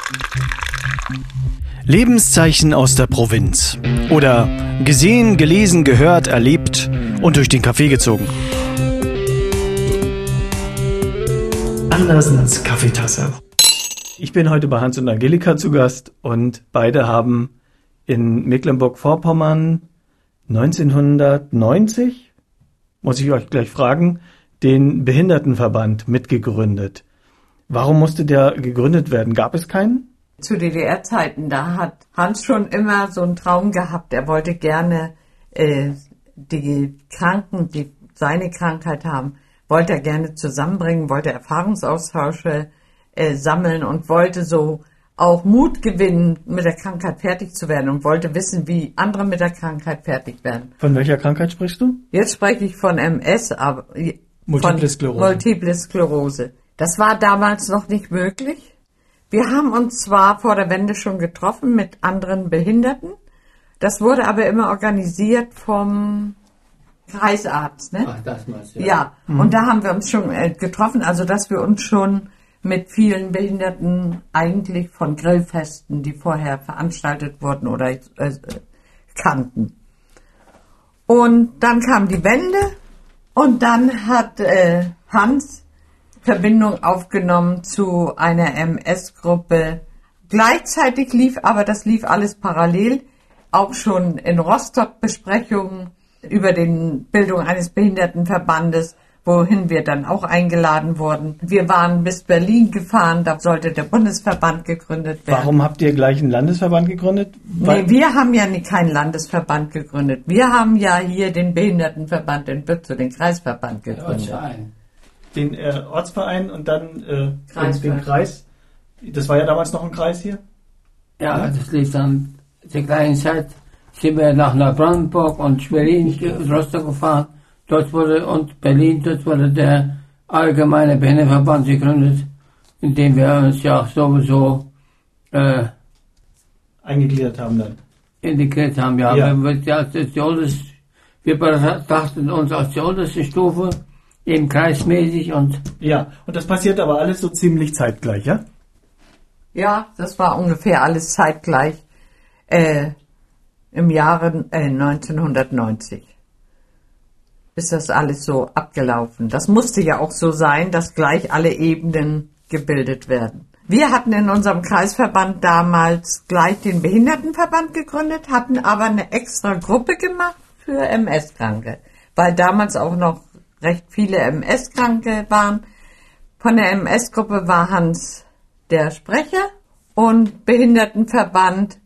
Lebenszeichen aus der Provinz. Oder gesehen, gelesen, gehört, erlebt und durch den Kaffee gezogen. Andersens Kaffeetasse. Ich bin heute bei Hans und Angelika zu Gast und beide haben in Mecklenburg-Vorpommern 1990, muss ich euch gleich fragen, den Behindertenverband mitgegründet. Warum musste der gegründet werden? Gab es keinen? Zu DDR-Zeiten, da hat Hans schon immer so einen Traum gehabt. Er wollte gerne die Kranken, die seine Krankheit haben, wollte er gerne zusammenbringen, wollte Erfahrungsaustausche sammeln und wollte so auch Mut gewinnen, mit der Krankheit fertig zu werden und wollte wissen, wie andere mit der Krankheit fertig werden. Von welcher Krankheit sprichst du? Jetzt spreche ich von MS, aber Multiple Sklerose. Multiple Sklerose. Das war damals noch nicht möglich. Wir haben uns zwar vor der Wende schon getroffen mit anderen Behinderten, das wurde aber immer organisiert vom Kreisarzt, ne? Ach, das meinst du, ja. Und da haben wir uns schon getroffen, also dass wir uns schon mit vielen Behinderten eigentlich von Grillfesten, die vorher veranstaltet wurden oder kannten. Und dann kam die Wende und dann hat Hans Verbindung aufgenommen zu einer MS-Gruppe. Gleichzeitig lief alles parallel, auch schon in Rostock Besprechungen über die Bildung eines Behindertenverbandes, wohin wir dann auch eingeladen wurden. Wir waren bis Berlin gefahren, da sollte der Bundesverband gegründet werden. Warum habt ihr gleich einen Landesverband gegründet? Nee, wir haben ja keinen Landesverband gegründet. Wir haben ja hier den Behindertenverband in Bützow, den Kreisverband gegründet. Den Ortsverein und dann den Kreis. Das war ja damals noch ein Kreis hier? Ja, das lief dann zur gleichen Zeit. Sind wir nach Neubrandenburg und Berlin, Rostock gefahren. Dort wurde der Allgemeine Behindertenverband gegründet, in dem wir uns ja auch sowieso eingegliedert haben dann. Integriert haben, ja. Wir betrachten uns als die unterste Stufe, eben kreismäßig und... Ja, und das passiert aber alles so ziemlich zeitgleich, ja? Ja, das war ungefähr alles zeitgleich im Jahre 1990. Ist das alles so abgelaufen. Das musste ja auch so sein, dass gleich alle Ebenen gebildet werden. Wir hatten in unserem Kreisverband damals gleich den Behindertenverband gegründet, hatten aber eine extra Gruppe gemacht für MS-Kranke, weil damals auch noch recht viele MS-Kranke waren. Von der MS-Gruppe war Hans der Sprecher und Behindertenverband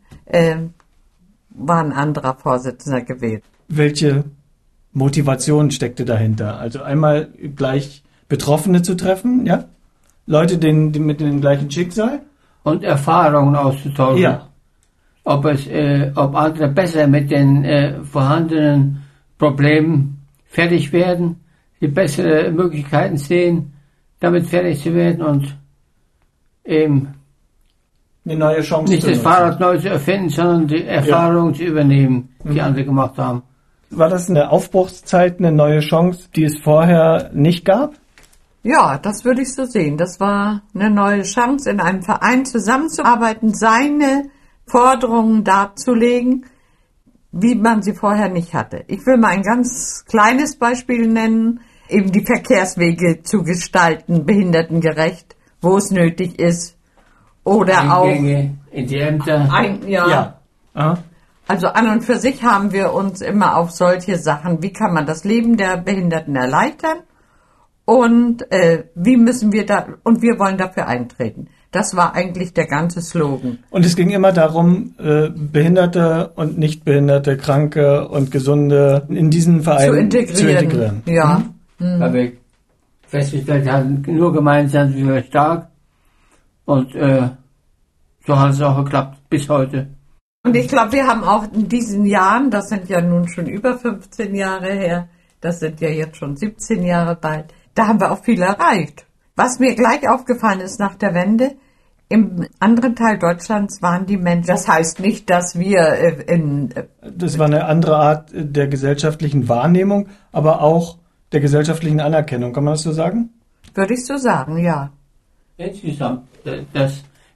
war ein anderer Vorsitzender gewählt. Welche Motivation steckte dahinter? Also einmal gleich Betroffene zu treffen, ja? Leute mit dem gleichen Schicksal? Und Erfahrungen auszutauschen. Ja. Ob andere besser mit den vorhandenen Problemen fertig werden, die bessere Möglichkeiten sehen, damit fertig zu werden und eben eine neue Chance nicht das Fahrrad neu zu erfinden, sondern die Erfahrungen zu übernehmen, die andere gemacht haben. War das eine Aufbruchszeit, eine neue Chance, die es vorher nicht gab? Ja, das würde ich so sehen. Das war eine neue Chance, in einem Verein zusammenzuarbeiten, seine Forderungen darzulegen, wie man sie vorher nicht hatte. Ich will mal ein ganz kleines Beispiel nennen, eben die Verkehrswege zu gestalten, behindertengerecht, wo es nötig ist. Oder Eingänge in die Ämter. Ja. Aha. Also an und für sich haben wir uns immer auf solche Sachen, wie kann man das Leben der Behinderten erleichtern und wie müssen wir und wir wollen dafür eintreten. Das war eigentlich der ganze Slogan. Und es ging immer darum, Behinderte und Nichtbehinderte, Kranke und Gesunde in diesen Verein zu integrieren. Ja. Weil wir festgestellt haben, nur gemeinsam sind wir stark und so hat es auch geklappt bis heute. Und ich glaube, wir haben auch in diesen Jahren, das sind ja nun schon über 15 Jahre her, das sind ja jetzt schon 17 Jahre bald, da haben wir auch viel erreicht. Was mir gleich aufgefallen ist nach der Wende, im anderen Teil Deutschlands waren die Menschen, das heißt nicht, dass wir das war eine andere Art der gesellschaftlichen Wahrnehmung, aber auch der gesellschaftlichen Anerkennung, kann man das so sagen? Würde ich so sagen, ja. Insgesamt, dass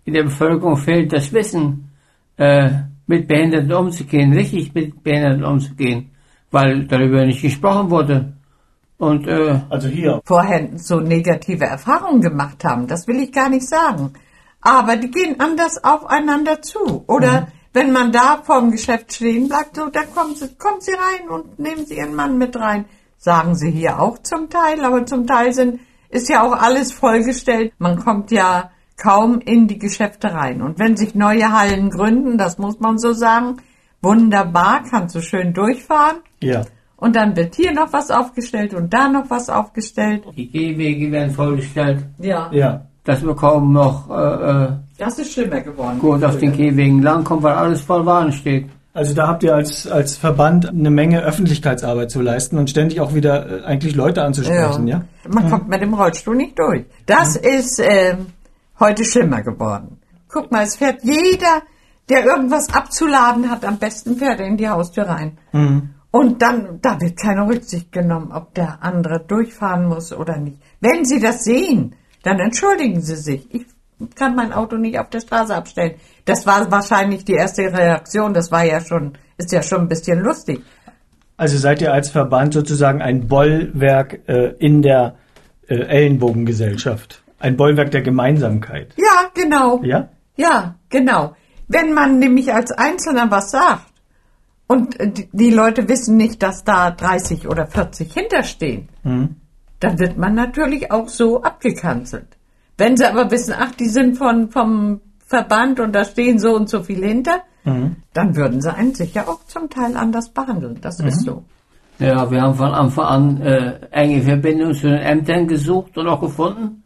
in der Bevölkerung fehlt das Wissen, mit Behinderten umzugehen, richtig mit Behinderten umzugehen, weil darüber nicht gesprochen wurde. Und Also hier. Vorher so negative Erfahrungen gemacht haben, das will ich gar nicht sagen. Aber die gehen anders aufeinander zu. Oder wenn man da vorm Geschäft stehen bleibt, so, dann kommen Sie rein und nehmen Sie Ihren Mann mit rein. Sagen sie hier auch zum Teil, aber zum Teil ist ja auch alles vollgestellt. Man kommt ja kaum in die Geschäfte rein. Und wenn sich neue Hallen gründen, das muss man so sagen, wunderbar, kannst du schön durchfahren. Ja. Und dann wird hier noch was aufgestellt und da noch was aufgestellt. die Gehwege werden vollgestellt, Ja, Ja. dass wir kaum noch das ist schlimmer geworden. gut auf den Gehwegen langkommen, weil alles voll Waren steht. Also da habt ihr als Verband eine Menge Öffentlichkeitsarbeit zu leisten und ständig auch wieder eigentlich Leute anzusprechen, ja? Man kommt mit dem Rollstuhl nicht durch. Das ist heute schlimmer geworden. Guck mal, es fährt jeder, der irgendwas abzuladen hat, am besten fährt er in die Haustür rein. Und dann, da wird keine Rücksicht genommen, ob der andere durchfahren muss oder nicht. Wenn Sie das sehen, dann entschuldigen Sie sich. Ich kann mein Auto nicht auf der Straße abstellen. Das war wahrscheinlich die erste Reaktion. Das war ja schon, ist ja schon ein bisschen lustig. Also seid ihr als Verband sozusagen ein Bollwerk in der Ellenbogengesellschaft. Ein Bollwerk der Gemeinsamkeit. Ja, genau. Ja? Ja, genau. Wenn man nämlich als Einzelner was sagt und die Leute wissen nicht, dass da 30 oder 40 hinterstehen, dann wird man natürlich auch so abgekanzelt. Wenn sie aber wissen, ach, die sind vom Verband und da stehen so und so viel hinter, dann würden sie einen sicher auch zum Teil anders behandeln. Das ist so. Ja, wir haben von Anfang an enge Verbindungen zu den Ämtern gesucht und auch gefunden,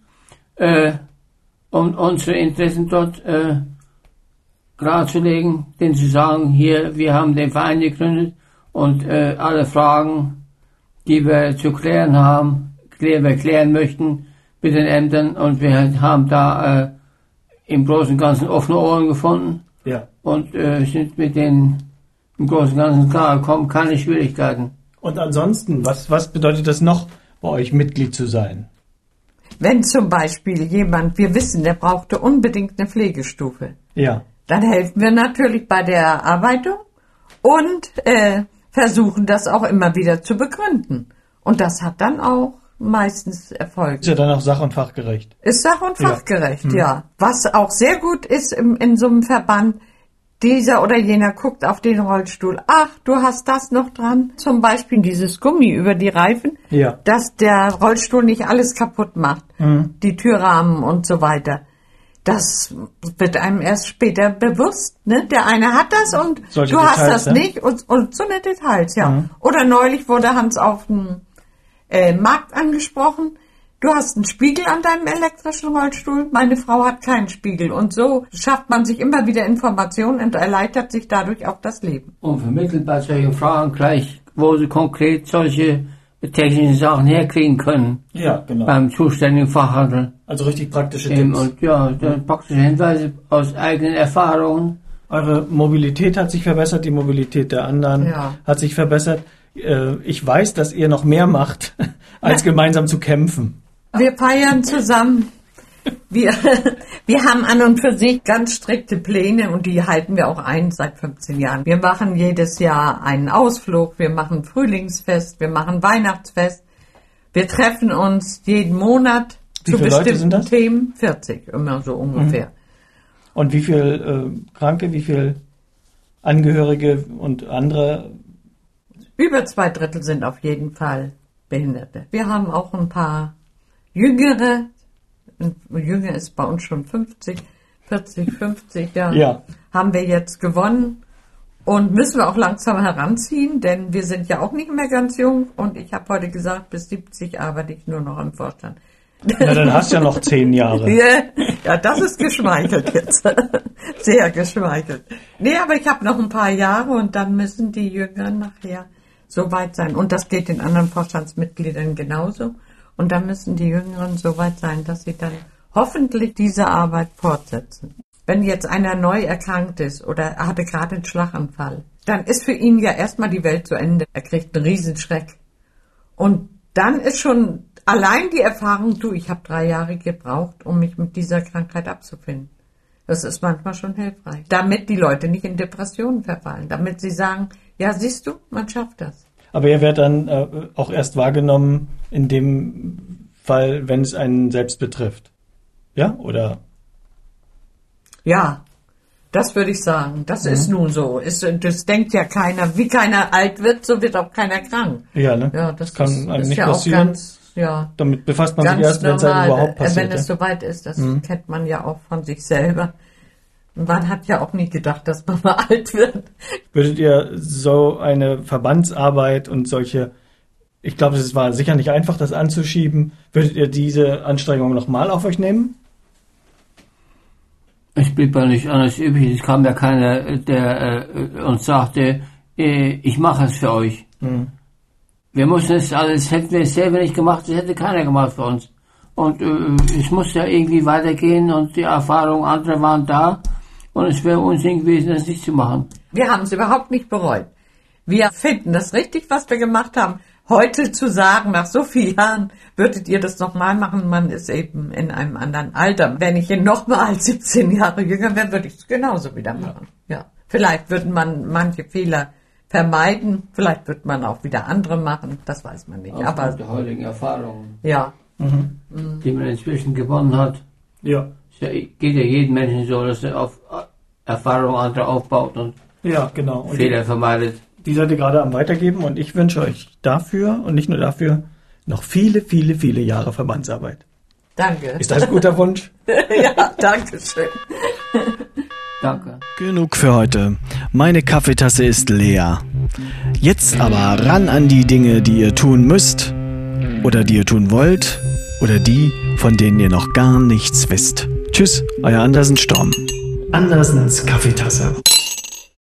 um unsere Interessen dort klarzulegen, denen zu sagen, hier, wir haben den Verein gegründet und alle Fragen, die wir zu klären haben, klären möchten mit den Ämtern, und wir haben da im Großen und Ganzen offene Ohren gefunden. Ja. Und sind mit denen im Großen und Ganzen klargekommen, keine Schwierigkeiten. Und ansonsten, was bedeutet das noch, bei euch Mitglied zu sein? Wenn zum Beispiel jemand, wir wissen, der brauchte unbedingt eine Pflegestufe, Ja. dann helfen wir natürlich bei der Erarbeitung und versuchen das auch immer wieder zu begründen. Und das hat dann auch meistens Erfolg. Ist ja dann auch sach- und fachgerecht. Ist sach- und fachgerecht, ja. Was auch sehr gut ist in so einem Verband, dieser oder jener guckt auf den Rollstuhl. Ach, du hast das noch dran. Zum Beispiel dieses Gummi über die Reifen, Ja. dass der Rollstuhl nicht alles kaputt macht. Die Türrahmen und so weiter. Das wird einem erst später bewusst, ne? Der eine hat das und Solche du hast Details, das ne? nicht und so eine Details, ja. Oder neulich wurde Hans auf dem Markt angesprochen. Du hast einen Spiegel an deinem elektrischen Rollstuhl, meine Frau hat keinen Spiegel. Und so schafft man sich immer wieder Informationen und erleichtert sich dadurch auch das Leben. Und vermittelt bei solchen Fragen gleich, wo sie konkret solche technischen Sachen herkriegen können. Ja, genau. Beim zuständigen Fachhandel. Also richtig praktische Tipps. Und ja, praktische Hinweise aus eigenen Erfahrungen. Eure Mobilität hat sich verbessert, die Mobilität der anderen hat sich verbessert. Ich weiß, dass ihr noch mehr macht, als gemeinsam zu kämpfen. Wir feiern zusammen. Wir haben an und für sich ganz strikte Pläne und die halten wir auch ein seit 15 Jahren. Wir machen jedes Jahr einen Ausflug, wir machen Frühlingsfest, wir machen Weihnachtsfest. Wir treffen uns jeden Monat Wie zu viele Leute sind bestimmten das? Themen. 40, immer so ungefähr. Und wie viel Kranke, wie viel Angehörige und andere? Über 2/3 sind auf jeden Fall Behinderte. Wir haben auch ein paar Jüngere. Jünger ist bei uns schon 40, 50, Ja. haben wir jetzt gewonnen und müssen wir auch langsam heranziehen, denn wir sind ja auch nicht mehr ganz jung und ich habe heute gesagt, bis 70 arbeite ich nur noch im Vorstand. Na, dann hast du ja noch 10 Jahre. Ja, das ist geschmeichelt jetzt. Sehr geschmeichelt. Nee, aber ich habe noch ein paar Jahre und dann müssen die Jüngeren nachher so weit sein. Und das geht den anderen Vorstandsmitgliedern genauso. Und dann müssen die Jüngeren so weit sein, dass sie dann hoffentlich diese Arbeit fortsetzen. Wenn jetzt einer neu erkrankt ist oder er hatte gerade einen Schlaganfall, dann ist für ihn ja erstmal die Welt zu Ende. Er kriegt einen Riesenschreck. Und dann ist schon allein die Erfahrung, ich habe 3 Jahre gebraucht, um mich mit dieser Krankheit abzufinden. Das ist manchmal schon hilfreich. Damit die Leute nicht in Depressionen verfallen. Damit sie sagen, ja, siehst du, man schafft das. Aber ihr werdet dann auch erst wahrgenommen in dem Fall, wenn es einen selbst betrifft. Ja, oder? Ja, das würde ich sagen. Das ist nun so. Das denkt ja keiner. Wie keiner alt wird, so wird auch keiner krank. Ja, ne? Ja, das kann einem ist nicht ja passieren. Auch ganz, ja, damit befasst man sich ganz erst, wenn es einem überhaupt passiert. Wenn es soweit ist, das kennt man ja auch von sich selber. Man hat ja auch nie gedacht, dass man mal alt wird. Würdet ihr so eine Verbandsarbeit und solche, ich glaube, es war sicher nicht einfach, das anzuschieben, würdet ihr diese Anstrengung nochmal auf euch nehmen? Es blieb ja nicht anders übrig. Es kam ja keiner, der uns sagte, ich mache es für euch. Wir mussten es alles, hätten wir es selber nicht gemacht, das hätte keiner gemacht für uns. Und es musste ja irgendwie weitergehen und die Erfahrungen anderer waren da. Und es wäre Unsinn gewesen, das nicht zu machen. Wir haben es überhaupt nicht bereut. Wir finden das richtig, was wir gemacht haben. Heute zu sagen, nach so vielen Jahren, würdet ihr das nochmal machen? Man ist eben in einem anderen Alter. Wenn ich nochmal 17 Jahre jünger wäre, würde ich es genauso wieder machen. Ja. Vielleicht würde man manche Fehler vermeiden. Vielleicht wird man auch wieder andere machen. Das weiß man nicht. Aber die heutigen Erfahrungen, ja, die man inzwischen gewonnen hat, ja. Geht ja jedem Menschen so, dass er auf Erfahrung anderer aufbaut und Ja, genau. Und Fehler vermeidet. die seid ihr gerade am Weitergeben und ich wünsche euch dafür und nicht nur dafür noch viele, viele, viele Jahre Verbandsarbeit. danke. Ist das ein guter Wunsch? Ja, danke schön. Danke. Genug für heute. Meine Kaffeetasse ist leer. Jetzt aber ran an die Dinge, die ihr tun müsst oder die ihr tun wollt oder die, von denen ihr noch gar nichts wisst. Tschüss, euer Andersen Storm. Andersens Kaffeetasse.